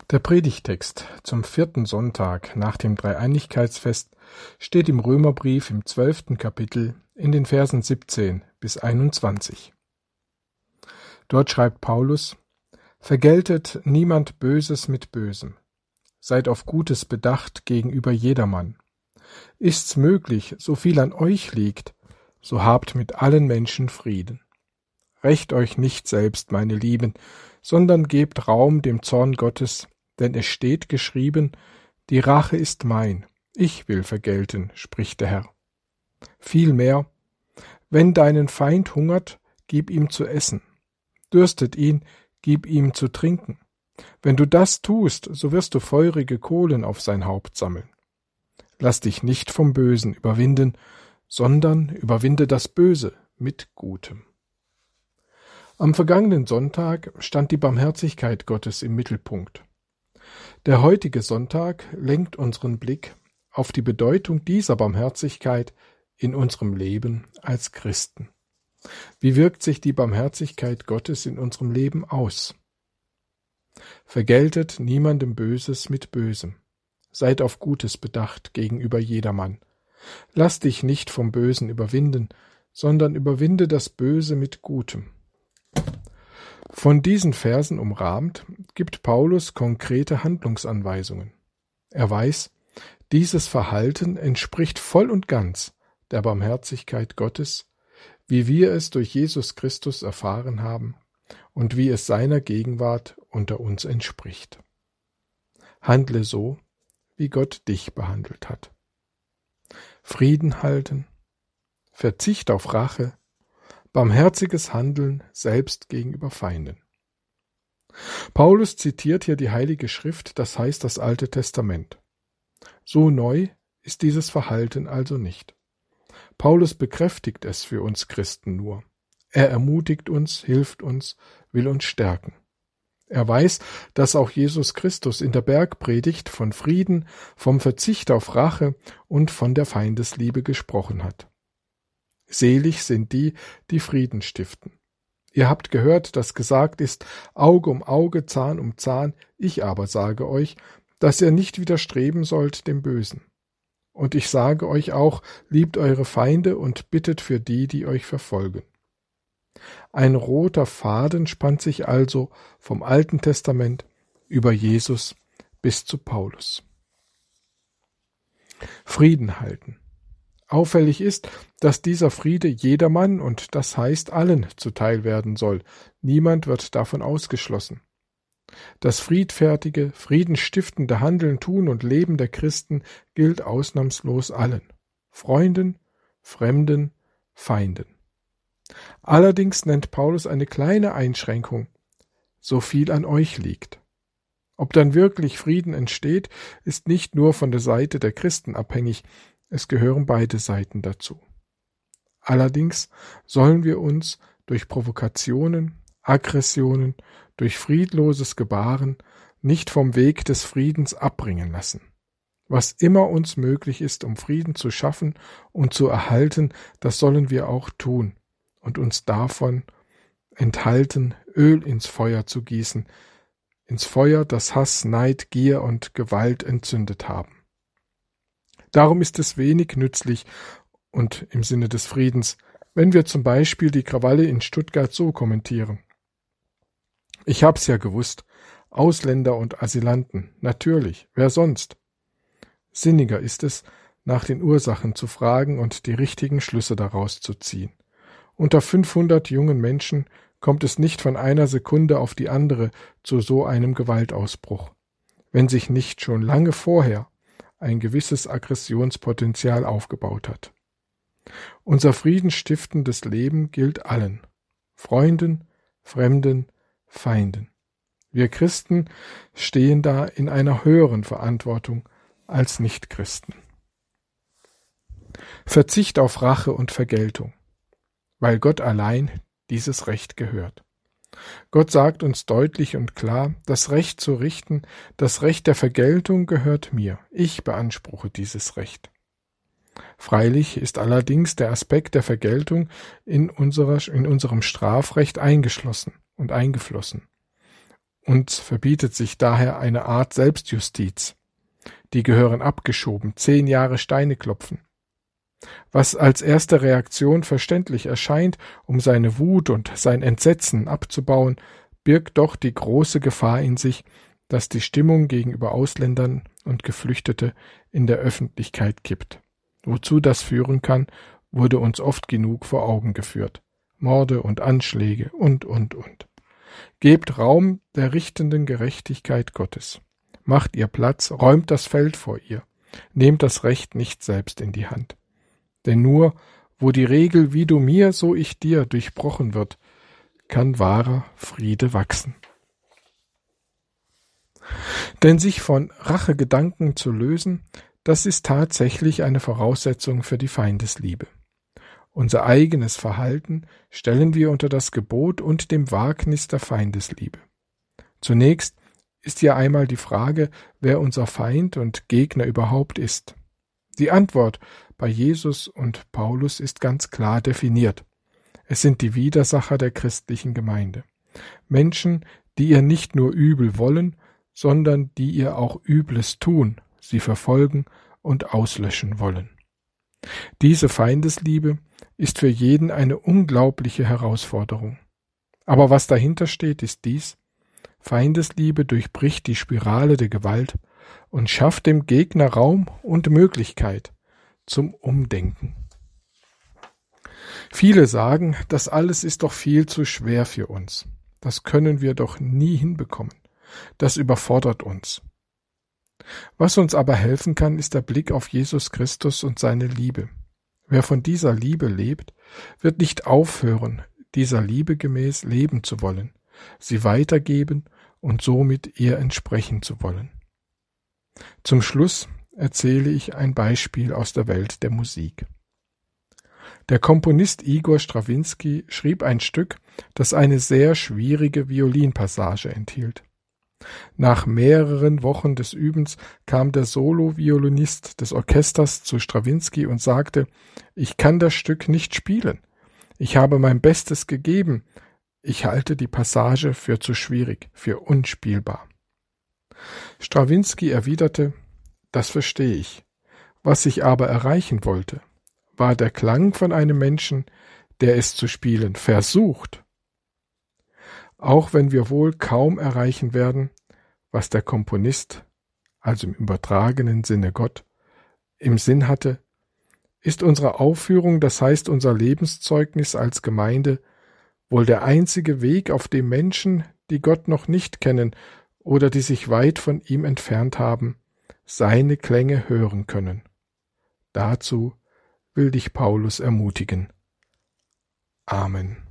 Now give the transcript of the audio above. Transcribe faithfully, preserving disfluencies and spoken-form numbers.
Der Predigtext zum vierten Sonntag nach dem Dreieinigkeitsfest steht im Römerbrief im zwölften Kapitel in den Versen siebzehn bis einundzwanzig. Dort schreibt Paulus: Vergeltet niemand Böses mit Bösem, seid auf Gutes bedacht gegenüber jedermann. Ist's möglich, so viel an euch liegt, so habt mit allen Menschen Frieden. Rächt euch nicht selbst, meine Lieben, sondern gebt Raum dem Zorn Gottes, denn es steht geschrieben, die Rache ist mein, ich will vergelten, spricht der Herr. Vielmehr, wenn deinen Feind hungert, gib ihm zu essen, dürstet ihn, gib ihm zu trinken. Wenn du das tust, so wirst du feurige Kohlen auf sein Haupt sammeln. Lass dich nicht vom Bösen überwinden, sondern überwinde das Böse mit Gutem. Am vergangenen Sonntag stand die Barmherzigkeit Gottes im Mittelpunkt. Der heutige Sonntag lenkt unseren Blick auf die Bedeutung dieser Barmherzigkeit in unserem Leben als Christen. Wie wirkt sich die Barmherzigkeit Gottes in unserem Leben aus? Vergeltet niemandem Böses mit Bösem. Seid auf Gutes bedacht gegenüber jedermann. Lass dich nicht vom Bösen überwinden, sondern überwinde das Böse mit Gutem. Von diesen Versen umrahmt, gibt Paulus konkrete Handlungsanweisungen. Er weiß, dieses Verhalten entspricht voll und ganz der Barmherzigkeit Gottes, wie wir es durch Jesus Christus erfahren haben und wie es seiner Gegenwart unter uns entspricht. Handle so, wie Gott dich behandelt hat. Frieden halten, Verzicht auf Rache, barmherziges Handeln selbst gegenüber Feinden. Paulus zitiert hier die Heilige Schrift, das heißt das Alte Testament. So neu ist dieses Verhalten also nicht. Paulus bekräftigt es für uns Christen nur. Er ermutigt uns, hilft uns, will uns stärken. Er weiß, dass auch Jesus Christus in der Bergpredigt von Frieden, vom Verzicht auf Rache und von der Feindesliebe gesprochen hat. Selig sind die, die Frieden stiften. Ihr habt gehört, dass gesagt ist, Auge um Auge, Zahn um Zahn, ich aber sage euch, dass ihr nicht widerstreben sollt dem Bösen. Und ich sage euch auch, liebt eure Feinde und bittet für die, die euch verfolgen. Ein roter Faden spannt sich also vom Alten Testament über Jesus bis zu Paulus. Frieden halten. Auffällig ist, dass dieser Friede jedermann, und das heißt allen, zuteil werden soll. Niemand wird davon ausgeschlossen. Das friedfertige, friedenstiftende Handeln, Tun und Leben der Christen gilt ausnahmslos allen. Freunden, Fremden, Feinden. Allerdings nennt Paulus eine kleine Einschränkung: so viel an euch liegt. Ob dann wirklich Frieden entsteht, ist nicht nur von der Seite der Christen abhängig, es gehören beide Seiten dazu. Allerdings sollen wir uns durch Provokationen, Aggressionen, durch friedloses Gebaren nicht vom Weg des Friedens abbringen lassen. Was immer uns möglich ist, um Frieden zu schaffen und zu erhalten, das sollen wir auch tun und uns davon enthalten, Öl ins Feuer zu gießen, ins Feuer, das Hass, Neid, Gier und Gewalt entzündet haben. Darum ist es wenig nützlich und im Sinne des Friedens, wenn wir zum Beispiel die Krawalle in Stuttgart so kommentieren. Ich hab's ja gewusst, Ausländer und Asylanten, natürlich, wer sonst? Sinniger ist es, nach den Ursachen zu fragen und die richtigen Schlüsse daraus zu ziehen. Unter fünfhundert jungen Menschen kommt es nicht von einer Sekunde auf die andere zu so einem Gewaltausbruch, wenn sich nicht schon lange vorher ein gewisses Aggressionspotenzial aufgebaut hat. Unser friedensstiftendes Leben gilt allen, Freunden, Fremden, Feinden. Wir Christen stehen da in einer höheren Verantwortung als Nichtchristen. Verzicht auf Rache und Vergeltung, weil Gott allein dieses Recht gehört. Gott sagt uns deutlich und klar, das Recht zu richten, das Recht der Vergeltung gehört mir. Ich beanspruche dieses Recht. Freilich ist allerdings der Aspekt der Vergeltung in, unserer, in unserem Strafrecht eingeschlossen und eingeflossen. Uns verbietet sich daher eine Art Selbstjustiz. Die gehören abgeschoben, zehn Jahre Steine klopfen. Was als erste Reaktion verständlich erscheint, um seine Wut und sein Entsetzen abzubauen, birgt doch die große Gefahr in sich, dass die Stimmung gegenüber Ausländern und Geflüchtete in der Öffentlichkeit kippt. Wozu das führen kann, wurde uns oft genug vor Augen geführt. Morde und Anschläge und, und, und. Gebt Raum der richtenden Gerechtigkeit Gottes. Macht ihr Platz, räumt das Feld vor ihr. Nehmt das Recht nicht selbst in die Hand. Denn nur, wo die Regel wie du mir, so ich dir durchbrochen wird, kann wahrer Friede wachsen. Denn sich von Rachegedanken zu lösen, das ist tatsächlich eine Voraussetzung für die Feindesliebe. Unser eigenes Verhalten stellen wir unter das Gebot und dem Wagnis der Feindesliebe. Zunächst ist ja einmal die Frage, wer unser Feind und Gegner überhaupt ist. Die Antwort bei Jesus und Paulus ist ganz klar definiert. Es sind die Widersacher der christlichen Gemeinde. Menschen, die ihr nicht nur übel wollen, sondern die ihr auch Übles tun, sie verfolgen und auslöschen wollen. Diese Feindesliebe ist für jeden eine unglaubliche Herausforderung. Aber was dahinter steht, ist dies: Feindesliebe durchbricht die Spirale der Gewalt und schafft dem Gegner Raum und Möglichkeit zum Umdenken. Viele sagen, das alles ist doch viel zu schwer für uns. Das können wir doch nie hinbekommen. Das überfordert uns. Was uns aber helfen kann, ist der Blick auf Jesus Christus und seine Liebe. Wer von dieser Liebe lebt, wird nicht aufhören, dieser Liebe gemäß leben zu wollen, sie weitergeben und somit ihr entsprechen zu wollen. Zum Schluss erzähle ich ein Beispiel aus der Welt der Musik. Der Komponist Igor Strawinski schrieb ein Stück, das eine sehr schwierige Violinpassage enthielt. Nach mehreren Wochen des Übens kam der Solo-Violinist des Orchesters zu Strawinski und sagte: Ich kann das Stück nicht spielen. Ich habe mein Bestes gegeben. Ich halte die Passage für zu schwierig, für unspielbar. Strawinski erwiderte: Das verstehe ich. Was ich aber erreichen wollte, war der Klang von einem Menschen, der es zu spielen versucht. Auch wenn wir wohl kaum erreichen werden, was der Komponist, also im übertragenen Sinne Gott, im Sinn hatte, ist unsere Aufführung, das heißt unser Lebenszeugnis als Gemeinde, wohl der einzige Weg, auf dem Menschen, die Gott noch nicht kennen oder die sich weit von ihm entfernt haben, seine Klänge hören können. Dazu will dich Paulus ermutigen. Amen.